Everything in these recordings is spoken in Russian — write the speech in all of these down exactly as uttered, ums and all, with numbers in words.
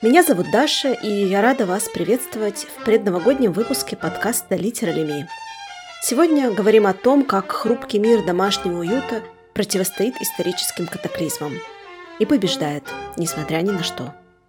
Меня зовут Даша, и я рада вас приветствовать в предновогоднем выпуске подкаста «Литера Леми». Сегодня говорим о том, как хрупкий мир домашнего уюта противостоит историческим катаклизмам и побеждает, несмотря ни на что.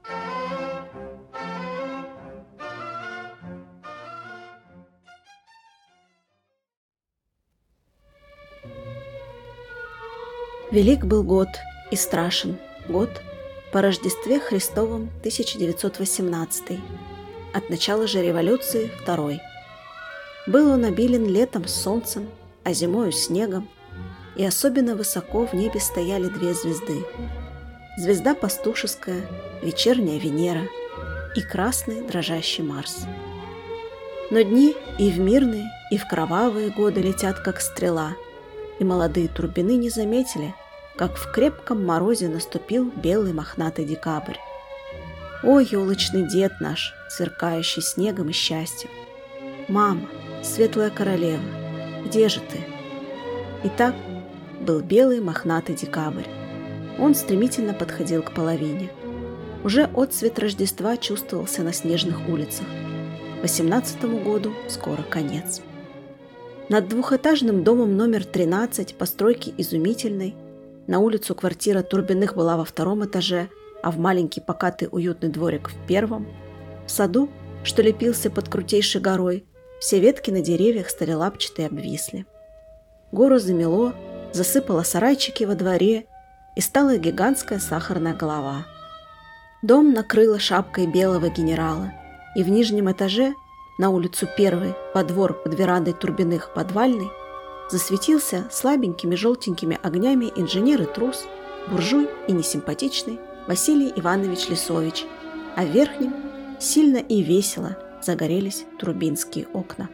Велик был год и страшен год по Рождестве Христовом тысяча девятьсот восемнадцатый, от начала же революции второй. Был он обилен летом солнцем, а зимою снегом, и особенно высоко в небе стояли две звезды. Звезда пастушеская, вечерняя Венера, и красный дрожащий Марс. Но дни и в мирные, и в кровавые годы летят, как стрела, и молодые турбины не заметили, как в крепком морозе наступил белый мохнатый декабрь. О, елочный дед наш, сверкающий снегом и счастьем! Мама, светлая королева, где же ты? Итак, был белый мохнатый декабрь. Он стремительно подходил к половине. Уже отцвет Рождества чувствовался на снежных улицах. восемнадцатому году скоро конец. Над двухэтажным домом номер тринадцать постройки изумительной, на улицу квартира Турбиных была во втором этаже, а в маленький покатый уютный дворик в первом. В саду, что лепился под крутейшей горой, все ветки на деревьях сталелапчатые обвисли. Гору замело, засыпало сарайчики во дворе, и стала гигантская сахарная голова. Дом накрыло шапкой белого генерала, и в нижнем этаже, на улицу Первой, во двор под верандой Турбиных подвальный, засветился слабенькими желтенькими огнями инженер и трус, буржуй и несимпатичный Василий Иванович Лисович, а в верхнем сильно и весело загорелись турбинские окна.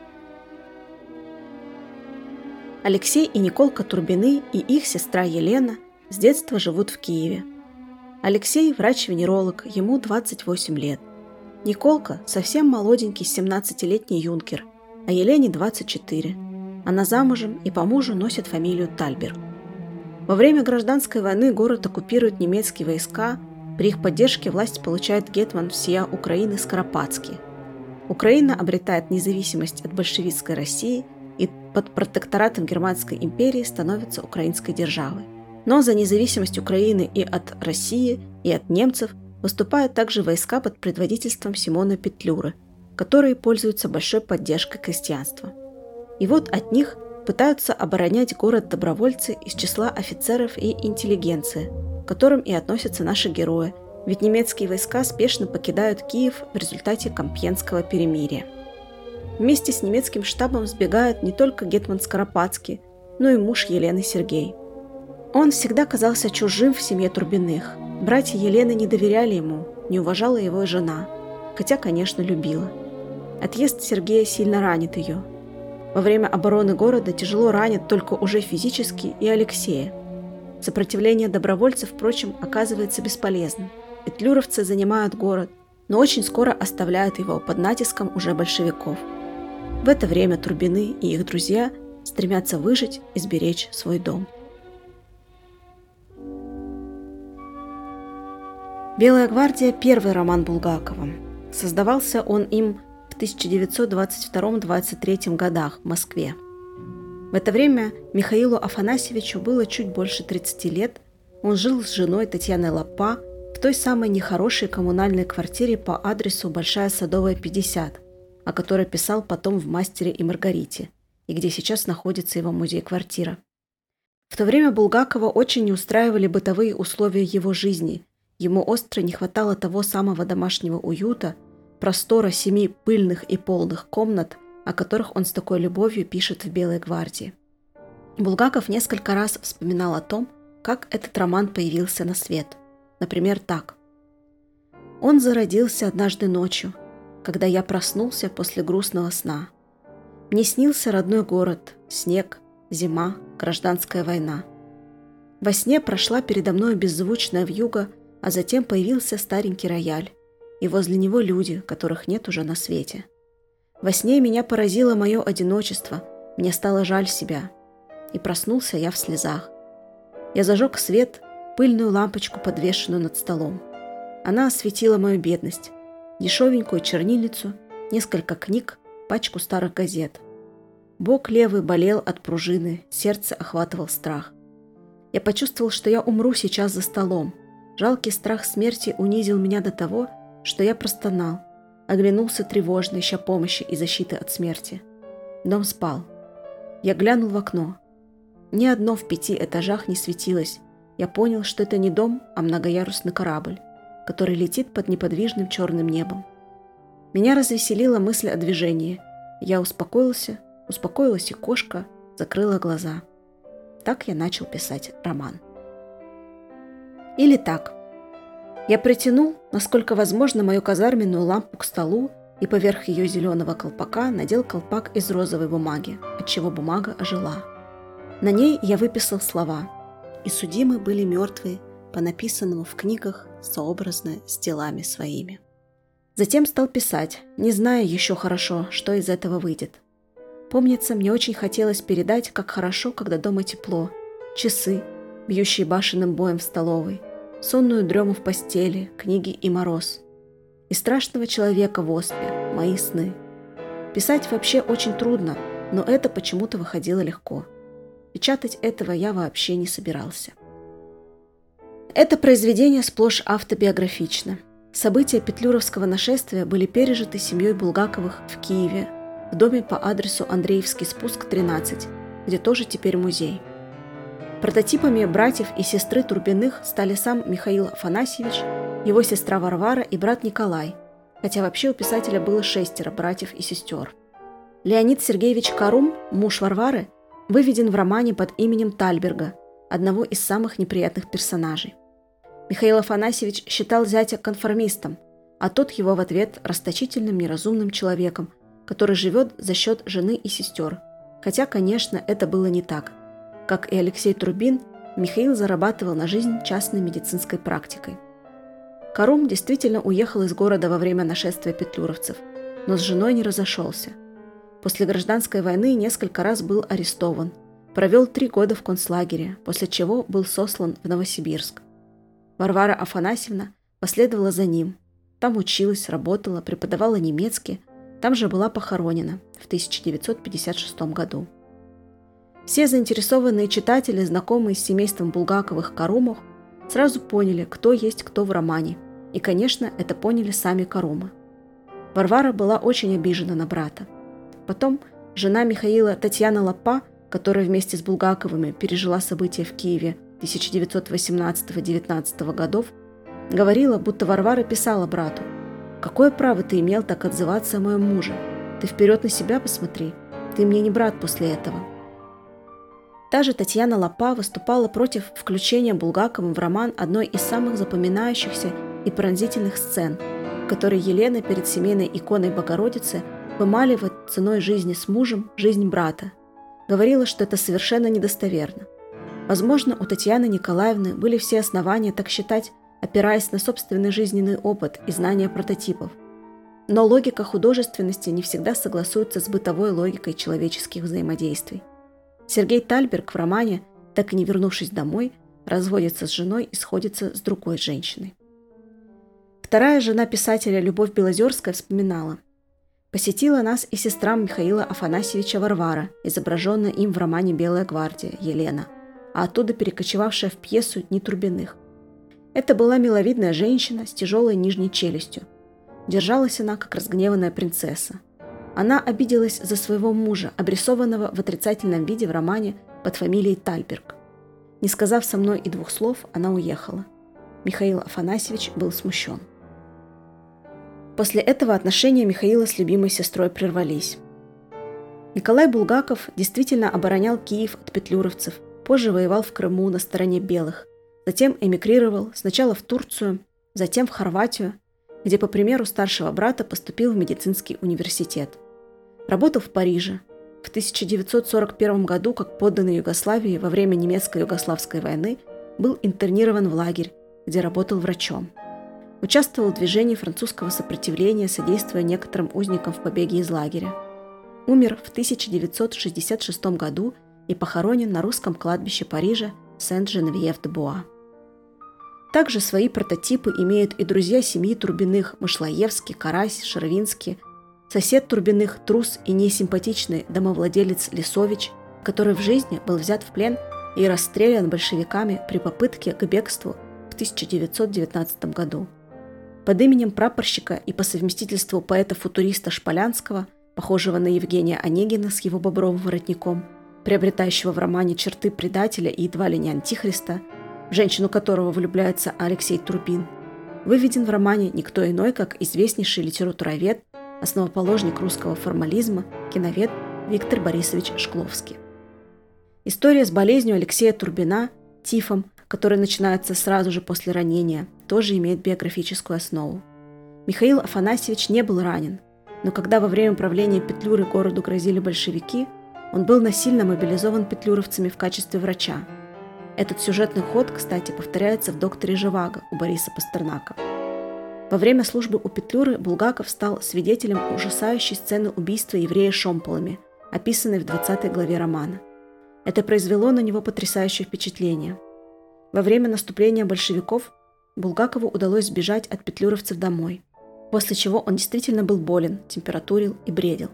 Алексей и Николка Турбины и их сестра Елена с детства живут в Киеве. Алексей – врач-венеролог, ему двадцать восемь лет. Николка – совсем молоденький семнадцатилетний юнкер, а Елене двадцать четыре. Она замужем и по мужу носит фамилию Тальберг. Во время гражданской войны город оккупируют немецкие войска, при их поддержке власть получает гетман всея Украины Скоропадский. Украина обретает независимость от большевистской России и под протекторатом Германской империи становится украинской державой. Но за независимость Украины и от России, и от немцев выступают также войска под предводительством Симона Петлюры, которые пользуются большой поддержкой крестьянства. И вот от них пытаются оборонять город добровольцы из числа офицеров и интеллигенции, к которым и относятся наши герои, ведь немецкие войска спешно покидают Киев в результате Компьенского перемирия. Вместе с немецким штабом сбегают не только гетман Скоропадский, но и муж Елены Сергей. Он всегда казался чужим в семье Турбиных. Братья Елены не доверяли ему, не уважала его и жена, хотя, конечно, любила. Отъезд Сергея сильно ранит ее. Во время обороны города тяжело ранит только уже физически и Алексея. Сопротивление добровольцев, впрочем, оказывается бесполезным. Петлюровцы занимают город, но очень скоро оставляют его под натиском уже большевиков. В это время Турбины и их друзья стремятся выжить и сберечь свой дом. «Белая гвардия» – первый роман Булгакова. Создавался он им в тысяча девятьсот двадцать втором — двадцать третьем годах в Москве. В это время Михаилу Афанасьевичу было чуть больше тридцати лет. Он жил с женой Татьяной Лаппа в той самой нехорошей коммунальной квартире по адресу Большая Садовая, пятьдесят, о которой писал потом в «Мастере и Маргарите», и где сейчас находится его музей-квартира. В то время Булгакова очень не устраивали бытовые условия его жизни. Ему остро не хватало того самого домашнего уюта, простора семи пыльных и полных комнат, о которых он с такой любовью пишет в «Белой гвардии». Булгаков несколько раз вспоминал о том, как этот роман появился на свет. Например, так. «Он зародился однажды ночью, когда я проснулся после грустного сна. Мне снился родной город, снег, зима, гражданская война. Во сне прошла передо мной беззвучная вьюга, а затем появился старенький рояль, и возле него люди, которых нет уже на свете. Во сне меня поразило мое одиночество, мне стало жаль себя, и проснулся я в слезах. Я зажег свет, пыльную лампочку, подвешенную над столом. Она осветила мою бедность. Дешевенькую чернильницу, несколько книг, пачку старых газет. Бок левый болел от пружины, сердце охватывал страх. Я почувствовал, что я умру сейчас за столом. Жалкий страх смерти унизил меня до того, что я простонал. Оглянулся тревожно, ища помощи и защиты от смерти. Дом спал. Я глянул в окно. Ни одно в пяти этажах не светилось. Я понял, что это не дом, а многоярусный корабль, который летит под неподвижным черным небом. Меня развеселила мысль о движении. Я успокоился, успокоилась и кошка, закрыла глаза. Так я начал писать роман. Или так. Я притянул, насколько возможно, мою казарменную лампу к столу и поверх ее зеленого колпака надел колпак из розовой бумаги, отчего бумага ожила. На ней я выписал слова: «И судимы были мертвые по написанному в книгах сообразно с делами своими». Затем стал писать, не зная еще хорошо, что из этого выйдет. Помнится, мне очень хотелось передать, как хорошо, когда дома тепло, часы, бьющие башенным боем в столовой, сонную дрему в постели, книги и мороз. И страшного человека в оспе, мои сны. Писать вообще очень трудно, но это почему-то выходило легко. Печатать этого я вообще не собирался. Это произведение сплошь автобиографично. События петлюровского нашествия были пережиты семьей Булгаковых в Киеве, в доме по адресу Андреевский спуск, тринадцать, где тоже теперь музей. Прототипами братьев и сестры Турбиных стали сам Михаил Афанасьевич, его сестра Варвара и брат Николай, хотя вообще у писателя было шестеро братьев и сестер. Леонид Сергеевич Карум, муж Варвары, выведен в романе под именем Тальберга, одного из самых неприятных персонажей. Михаил Афанасьевич считал зятя конформистом, а тот его в ответ расточительным неразумным человеком, который живет за счет жены и сестер. Хотя, конечно, это было не так. Как и Алексей Трубин, Михаил зарабатывал на жизнь частной медицинской практикой. Карум действительно уехал из города во время нашествия петлюровцев, но с женой не разошелся. После гражданской войны несколько раз был арестован, провел три года в концлагере, после чего был сослан в Новосибирск. Варвара Афанасьевна последовала за ним. Там училась, работала, преподавала немецкий, там же была похоронена в тысяча девятьсот пятьдесят шестом году. Все заинтересованные читатели, знакомые с семейством Булгаковых-Карумов, сразу поняли, кто есть кто в романе, и, конечно, это поняли сами Карумы. Варвара была очень обижена на брата. Потом жена Михаила Татьяна Лапа, которая вместе с Булгаковыми пережила события в Киеве тысяча девятьсот восемнадцатого — девятнадцатого годов, говорила, будто Варвара писала брату: «Какое право ты имел так отзываться о моем муже? Ты вперед на себя посмотри, ты мне не брат после этого». Та же Татьяна Лапа выступала против включения Булгаковым в роман одной из самых запоминающихся и пронзительных сцен, в которой Елена перед семейной иконой Богородицы вымаливает ценой жизни с мужем жизнь брата. Говорила, что это совершенно недостоверно. Возможно, у Татьяны Николаевны были все основания так считать, опираясь на собственный жизненный опыт и знания прототипов. Но логика художественности не всегда согласуется с бытовой логикой человеческих взаимодействий. Сергей Тальберг в романе, так и не вернувшись домой, разводится с женой и сходится с другой женщиной. Вторая жена писателя Любовь Белозерская вспоминала: «Посетила нас и сестра Михаила Афанасьевича Варвара, изображенная им в романе «Белая гвардия» Елена, а оттуда перекочевавшая в пьесу «Дни Турбиных». Это была миловидная женщина с тяжелой нижней челюстью. Держалась она, как разгневанная принцесса. Она обиделась за своего мужа, обрисованного в отрицательном виде в романе под фамилией Тальберг. Не сказав со мной и двух слов, она уехала. Михаил Афанасьевич был смущен. После этого отношения Михаила с любимой сестрой прервались. Николай Булгаков действительно оборонял Киев от петлюровцев, позже воевал в Крыму на стороне белых, затем эмигрировал сначала в Турцию, затем в Хорватию, где, по примеру старшего брата, поступил в медицинский университет. Работал в Париже. В тысяча девятьсот сорок первом году, как подданный Югославии во время немецко-югославской войны, был интернирован в лагерь, где работал врачом. Участвовал в движении французского сопротивления, содействуя некоторым узникам в побеге из лагеря. Умер в тысяча девятьсот шестьдесят шестом году и похоронен на русском кладбище Парижа Сен-Женевьев-де-Буа. Также свои прототипы имеют и друзья семьи Турбиных Мышлаевский, Карась, Шервинский, сосед Турбиных Трус и несимпатичный домовладелец Лисович, который в жизни был взят в плен и расстрелян большевиками при попытке к бегству в тысяча девятьсот девятнадцатом году. Под именем прапорщика и по совместительству поэта-футуриста Шполянского, похожего на Евгения Онегина с его бобровым воротником, приобретающего в романе черты предателя и едва ли не антихриста, в женщину которого влюбляется Алексей Турбин, выведен в романе никто иной, как известнейший литературовед, основоположник русского формализма, киновед Виктор Борисович Шкловский. История с болезнью Алексея Турбина, тифом, который начинается сразу же после ранения, тоже имеет биографическую основу. Михаил Афанасьевич не был ранен, но когда во время правления Петлюры городу грозили большевики, он был насильно мобилизован петлюровцами в качестве врача. Этот сюжетный ход, кстати, повторяется в «Докторе Живаго» у Бориса Пастернака. Во время службы у Петлюры Булгаков стал свидетелем ужасающей сцены убийства еврея шомполами, описанной в двадцатой главе романа. Это произвело на него потрясающее впечатление. Во время наступления большевиков Булгакову удалось сбежать от петлюровцев домой, после чего он действительно был болен, температурил и бредил.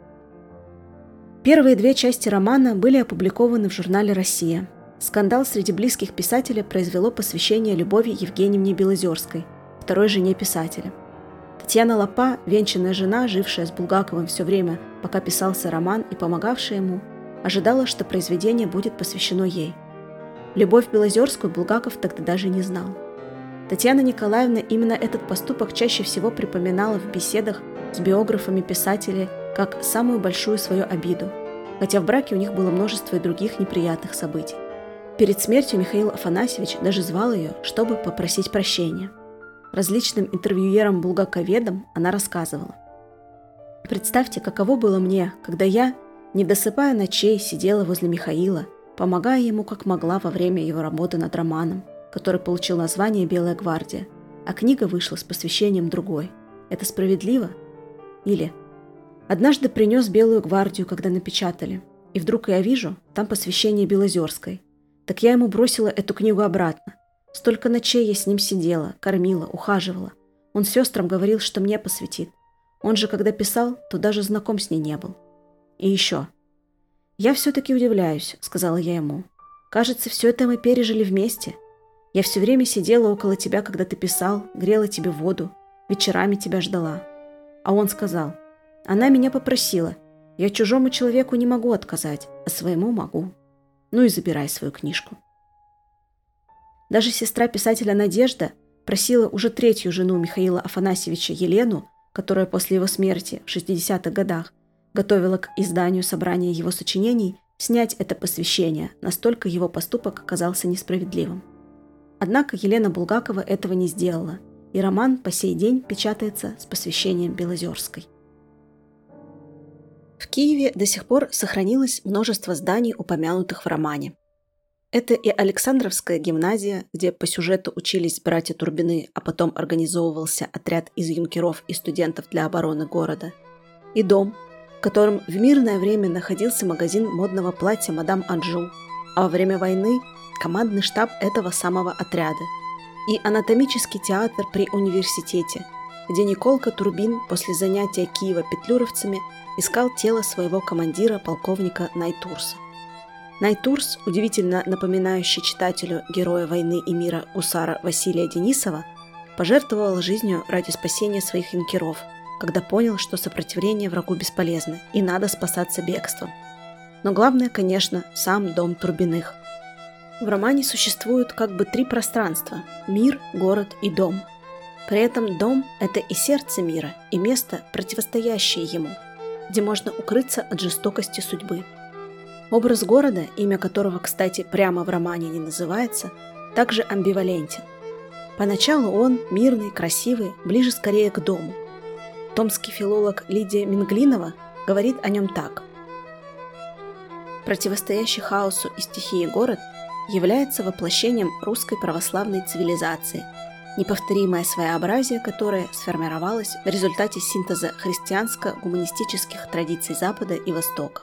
Первые две части романа были опубликованы в журнале «Россия». Скандал среди близких писателя произвело посвящение Любови Евгеньевне Белозерской, второй жене писателя. Татьяна Лапа, венчанная жена, жившая с Булгаковым все время, пока писался роман и помогавшая ему, ожидала, что произведение будет посвящено ей. Любовь Белозерскую Булгаков тогда даже не знал. Татьяна Николаевна именно этот поступок чаще всего припоминала в беседах с биографами писателя как самую большую свою обиду, хотя в браке у них было множество и других неприятных событий. Перед смертью Михаил Афанасьевич даже звал ее, чтобы попросить прощения. Различным интервьюерам-булгаковедам она рассказывала: «Представьте, каково было мне, когда я, не досыпая ночей, сидела возле Михаила, помогая ему как могла во время его работы над романом, который получил название «Белая гвардия», а книга вышла с посвящением другой. Это справедливо?» Или «Однажды принес «Белую гвардию», когда напечатали, и вдруг я вижу, там посвящение Белозерской. Так я ему бросила эту книгу обратно. Столько ночей я с ним сидела, кормила, ухаживала. Он сестрам говорил, что мне посвятит. Он же, когда писал, то даже знаком с ней не был. И еще. «Я все-таки удивляюсь», — сказала я ему. «Кажется, все это мы пережили вместе. Я все время сидела около тебя, когда ты писал, грела тебе воду, вечерами тебя ждала». А он сказал: «Она меня попросила. Я чужому человеку не могу отказать, а своему могу. Ну и забирай свою книжку». Даже сестра писателя Надежда просила уже третью жену Михаила Афанасьевича Елену, которая после его смерти в шестидесятых годах готовила к изданию собрания его сочинений, снять это посвящение, настолько его поступок оказался несправедливым. Однако Елена Булгакова этого не сделала, и роман по сей день печатается с посвящением Белозерской. В Киеве до сих пор сохранилось множество зданий, упомянутых в романе. Это и Александровская гимназия, где по сюжету учились братья Турбины, а потом организовывался отряд из юнкеров и студентов для обороны города, и дом, в котором в мирное время находился магазин модного платья мадам Анжу, а во время войны – командный штаб этого самого отряда, и анатомический театр при университете, где Николка Турбин после занятия Киева петлюровцами искал тело своего командира, полковника Найтурса. Найтурс, удивительно напоминающий читателю героя войны и мира гусара Василия Денисова, пожертвовал жизнью ради спасения своих юнкеров, когда понял, что сопротивление врагу бесполезно и надо спасаться бегством. Но главное, конечно, сам дом Турбиных. В романе существуют как бы три пространства – мир, город и дом. При этом дом – это и сердце мира, и место, противостоящее ему, где можно укрыться от жестокости судьбы. Образ города, имя которого, кстати, прямо в романе не называется, также амбивалентен. Поначалу он мирный, красивый, ближе скорее к дому. Томский филолог Лидия Минглинова говорит о нем так. Противостоящий хаосу и стихии город является воплощением русской православной цивилизации, неповторимое своеобразие которое сформировалось в результате синтеза христианско-гуманистических традиций Запада и Востока.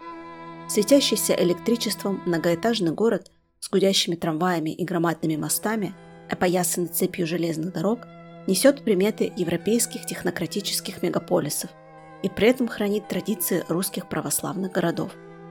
Светящийся электричеством многоэтажный город с гудящими трамваями и громадными мостами опоясанный цепью железных дорог, несет приметы европейских технократических мегаполисов и при этом хранит традиции русских православных городов.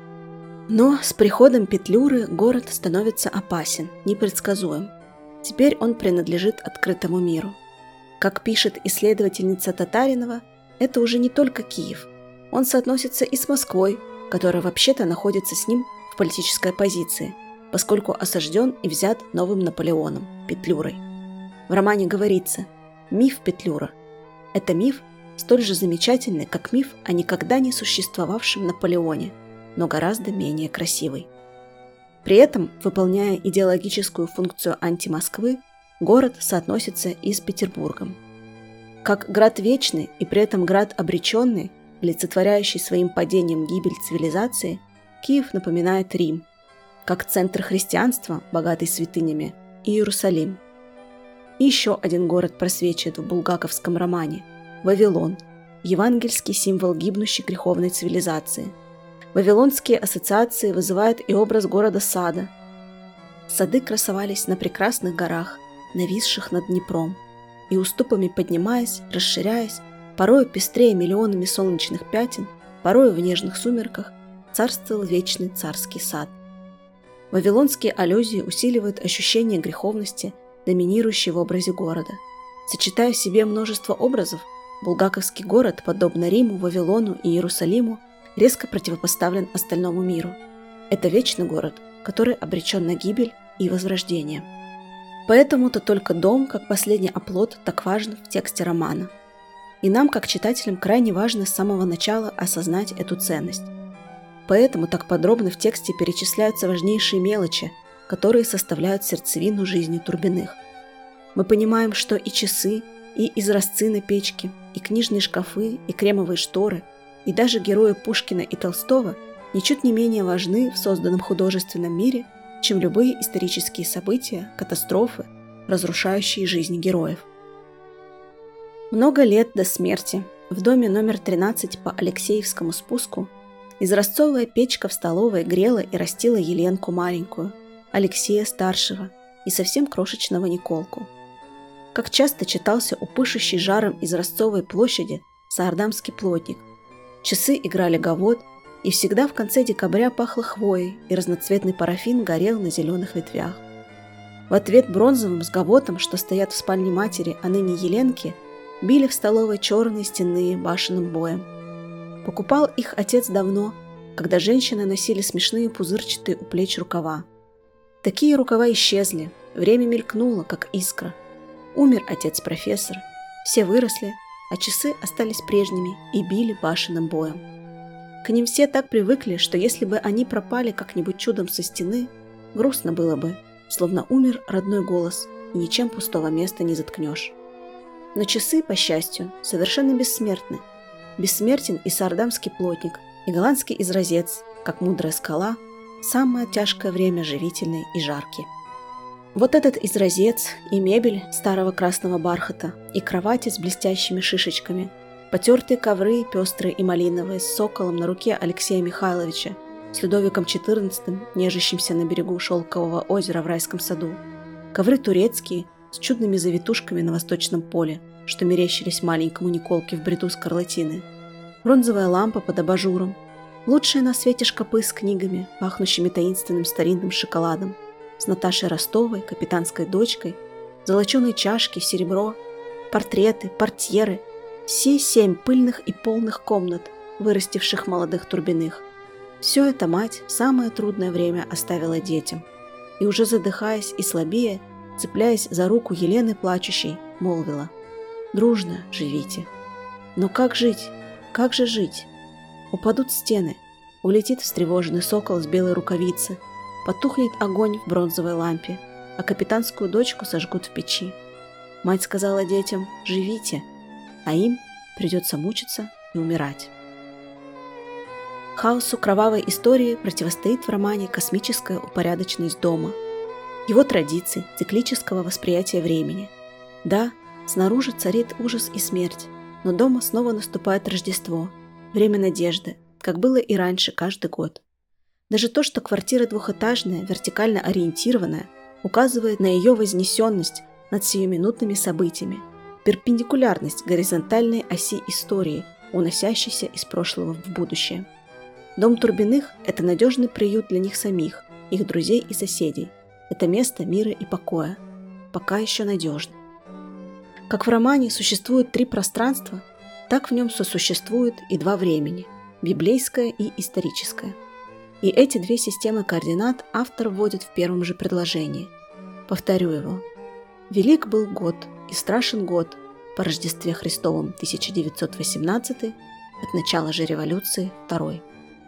Но с приходом Петлюры город становится опасен, непредсказуем. Теперь он принадлежит открытому миру. Как пишет исследовательница Татаринова, это уже не только Киев. Он соотносится и с Москвой, которая вообще-то находится с ним в политической оппозиции, поскольку осажден и взят новым Наполеоном, Петлюрой. В романе говорится «Миф Петлюра». Это миф столь же замечательный, как миф о никогда не существовавшем Наполеоне, но гораздо менее красивый. При этом, выполняя идеологическую функцию антимосквы, город соотносится и с Петербургом. Как град вечный и при этом град обреченный, олицетворяющий своим падением гибель цивилизации, Киев напоминает Рим, как центр христианства, богатый святынями, Иерусалим. И еще один город просвечивает в булгаковском романе – Вавилон, евангельский символ гибнущей греховной цивилизации. Вавилонские ассоциации вызывают и образ города-сада. Сады красовались на прекрасных горах, нависших над Днепром, и уступами поднимаясь, расширяясь, порою пестрее миллионами солнечных пятен, порою в нежных сумерках, царствовал вечный царский сад. Вавилонские аллюзии усиливают ощущение греховности, доминирующей в образе города. Сочетая в себе множество образов, булгаковский город, подобно Риму, Вавилону и Иерусалиму, резко противопоставлен остальному миру. Это вечный город, который обречен на гибель и возрождение. Поэтому-то только дом, как последний оплот, так важен в тексте романа. И нам, как читателям, крайне важно с самого начала осознать эту ценность. Поэтому так подробно в тексте перечисляются важнейшие мелочи, которые составляют сердцевину жизни Турбиных. Мы понимаем, что и часы, и изразцы на печке, и книжные шкафы, и кремовые шторы, и даже герои Пушкина и Толстого ничуть не менее важны в созданном художественном мире, чем любые исторические события, катастрофы, разрушающие жизни героев. Много лет до смерти в доме номер тринадцать по Алексеевскому спуску изразцовая печка в столовой грела и растила Еленку маленькую, Алексея старшего и совсем крошечного Николку. Как часто читался у пышущей жаром изразцовой площади Саардамский плотник. Часы играли гавот, и всегда в конце декабря пахло хвоей, и разноцветный парафин горел на зеленых ветвях. В ответ бронзовым с гавотом, что стоят в спальне матери, а ныне Еленки, били в столовой черные стенные башенным боем. Покупал их отец давно, когда женщины носили смешные пузырчатые у плеч рукава. Такие рукава исчезли, время мелькнуло, как искра. Умер отец-профессор, все выросли, а часы остались прежними и били башенным боем. К ним все так привыкли, что если бы они пропали как-нибудь чудом со стены, грустно было бы, словно умер родной голос, и ничем пустого места не заткнешь. Но часы, по счастью, совершенно бессмертны. Бессмертен и саардамский плотник, и голландский изразец, как мудрая скала, самое тяжкое время живительный и жаркий. Вот этот изразец и мебель старого красного бархата, и кровати с блестящими шишечками, потертые ковры, пестрые и малиновые, с соколом на руке Алексея Михайловича, с Людовиком четырнадцатым, нежащимся на берегу шелкового озера в райском саду, ковры турецкие, с чудными завитушками на восточном поле, что мерещились маленькому Николке в бреду скарлатины, бронзовая лампа под абажуром, лучшие на свете шкапы с книгами, пахнущими таинственным старинным шоколадом, с Наташей Ростовой, капитанской дочкой, золоченые чашки, серебро, портреты, портьеры, все семь пыльных и полных комнат, вырастивших молодых Турбиных. Все это мать в самое трудное время оставила детям, и уже задыхаясь и слабее, цепляясь за руку Елены плачущей, молвила: «Дружно живите». Но как жить? Как же жить? Упадут стены, улетит встревоженный сокол с белой рукавицы, потухнет огонь в бронзовой лампе, а капитанскую дочку сожгут в печи. Мать сказала детям: «Живите», а им придется мучиться и умирать. Хаосу кровавой истории противостоит в романе космическая упорядоченность дома, его традиций, циклического восприятия времени. Да, снаружи царит ужас и смерть, но дома снова наступает Рождество, время надежды, как было и раньше каждый год. Даже то, что квартира двухэтажная, вертикально ориентированная, указывает на ее вознесенность над сиюминутными событиями, перпендикулярность горизонтальной оси истории, уносящейся из прошлого в будущее. Дом Турбиных – это надежный приют для них самих, их друзей и соседей. Это место мира и покоя. Пока еще надежно. Как в романе существует три пространства, так в нем сосуществуют и два времени – библейское и историческое. И эти две системы координат автор вводит в первом же предложении. Повторю его. «Велик был год, и страшен год по Рождестве Христовом тысяча девятьсот восемнадцатый, от начала же революции второй».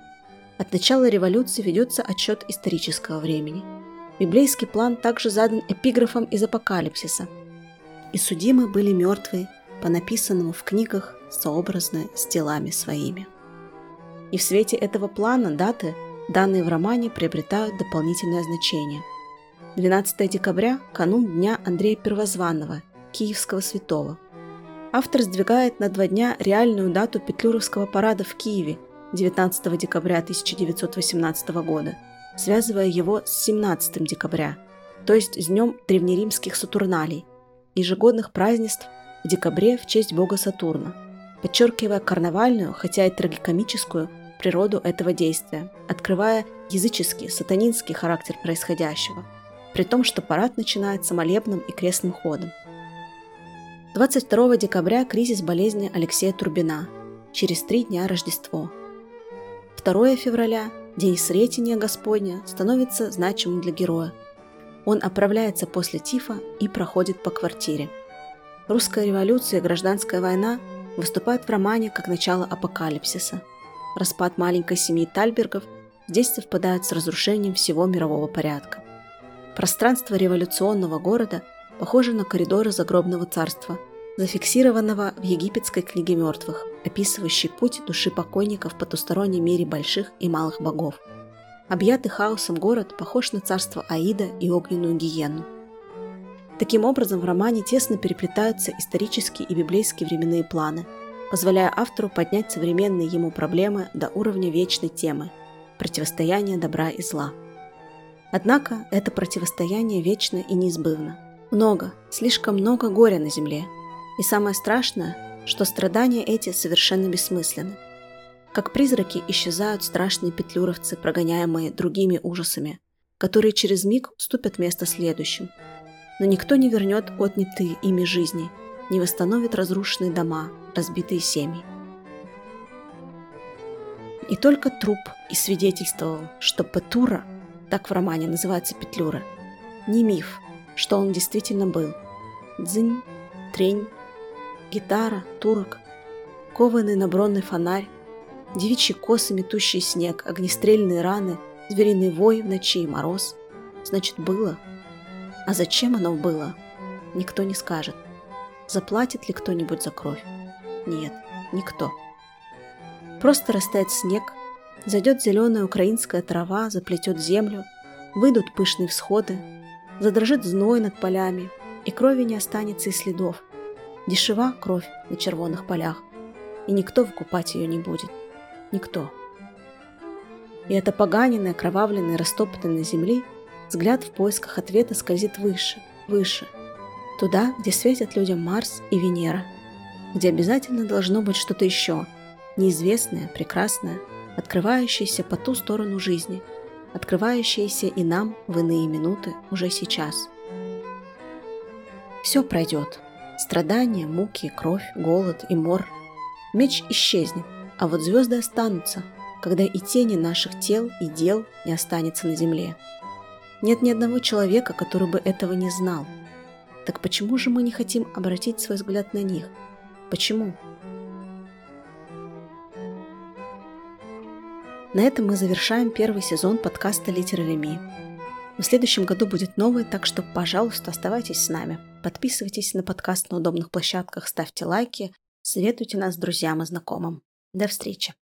От начала революции ведется отсчет исторического времени. Библейский план также задан эпиграфом из Апокалипсиса. «И судимы были мертвые по написанному в книгах сообразно с делами своими». И в свете этого плана даты, данные в романе, приобретают дополнительное значение. двенадцатое декабря – канун дня Андрея Первозванного, Киевского святого. Автор сдвигает на два дня реальную дату Петлюровского парада в Киеве девятнадцатого декабря тысяча девятьсот восемнадцатого года, связывая его с семнадцатым декабря, то есть с днем древнеримских Сатурналей, ежегодных празднеств в декабре в честь бога Сатурна, подчеркивая карнавальную, хотя и трагикомическую, природу этого действия, открывая языческий, сатанинский характер происходящего, при том, что парад начинается молебным и крестным ходом. двадцать второго декабря кризис болезни Алексея Турбина, через три дня Рождество. второго февраля, день Сретения Господня, становится значимым для героя. Он оправляется после тифа и проходит по квартире. Русская революция и гражданская война выступают в романе как начало апокалипсиса. Распад маленькой семьи Тальбергов здесь совпадает с разрушением всего мирового порядка. Пространство революционного города похоже на коридоры загробного царства, зафиксированного в египетской книге мертвых, описывающей путь души покойников в потустороннем мире больших и малых богов. Объятый хаосом город похож на царство Аида и огненную гиенну. Таким образом, в романе тесно переплетаются исторические и библейские временные планы, позволяя автору поднять современные ему проблемы до уровня вечной темы – противостояния добра и зла. Однако это противостояние вечно и неизбывно. Много, слишком много горя на земле. И самое страшное, что страдания эти совершенно бессмысленны. Как призраки исчезают страшные петлюровцы, прогоняемые другими ужасами, которые через миг уступят место следующим. Но никто не вернет отнятые ими жизни, не восстановит разрушенные дома, разбитые семьи. И только труп и свидетельствовал, что Петура, так в романе называется Петлюра, не миф, что он действительно был. Дзынь, трень, гитара, турок, кованый набронный фонарь, девичьи косы, метущий снег, огнестрельные раны, звериный вой в ночи и мороз. Значит, было. А зачем оно было? Никто не скажет. Заплатит ли кто-нибудь за кровь? Нет, никто. Просто растает снег, зайдет зеленая украинская трава, заплетет землю, выйдут пышные всходы, задрожит зной над полями, и крови не останется и следов. Дешева кровь на червоных полях, и никто выкупать ее не будет. Никто. И эта поганенная, кровавленная, растоптанная земли взгляд в поисках ответа скользит выше, выше, туда, где светят людям Марс и Венера, где обязательно должно быть что-то еще, неизвестное, прекрасное, открывающееся по ту сторону жизни, открывающееся и нам в иные минуты уже сейчас. Все пройдет. Страдания, муки, кровь, голод и мор. Меч исчезнет, а вот звезды останутся, когда и тени наших тел и дел не останется на земле. Нет ни одного человека, который бы этого не знал. Так почему же мы не хотим обратить свой взгляд на них? Почему? На этом мы завершаем первый сезон подкаста «Литера Леми». В следующем году будет новый, так что, пожалуйста, оставайтесь с нами. Подписывайтесь на подкаст на удобных площадках, ставьте лайки, советуйте нас друзьям и знакомым. До встречи!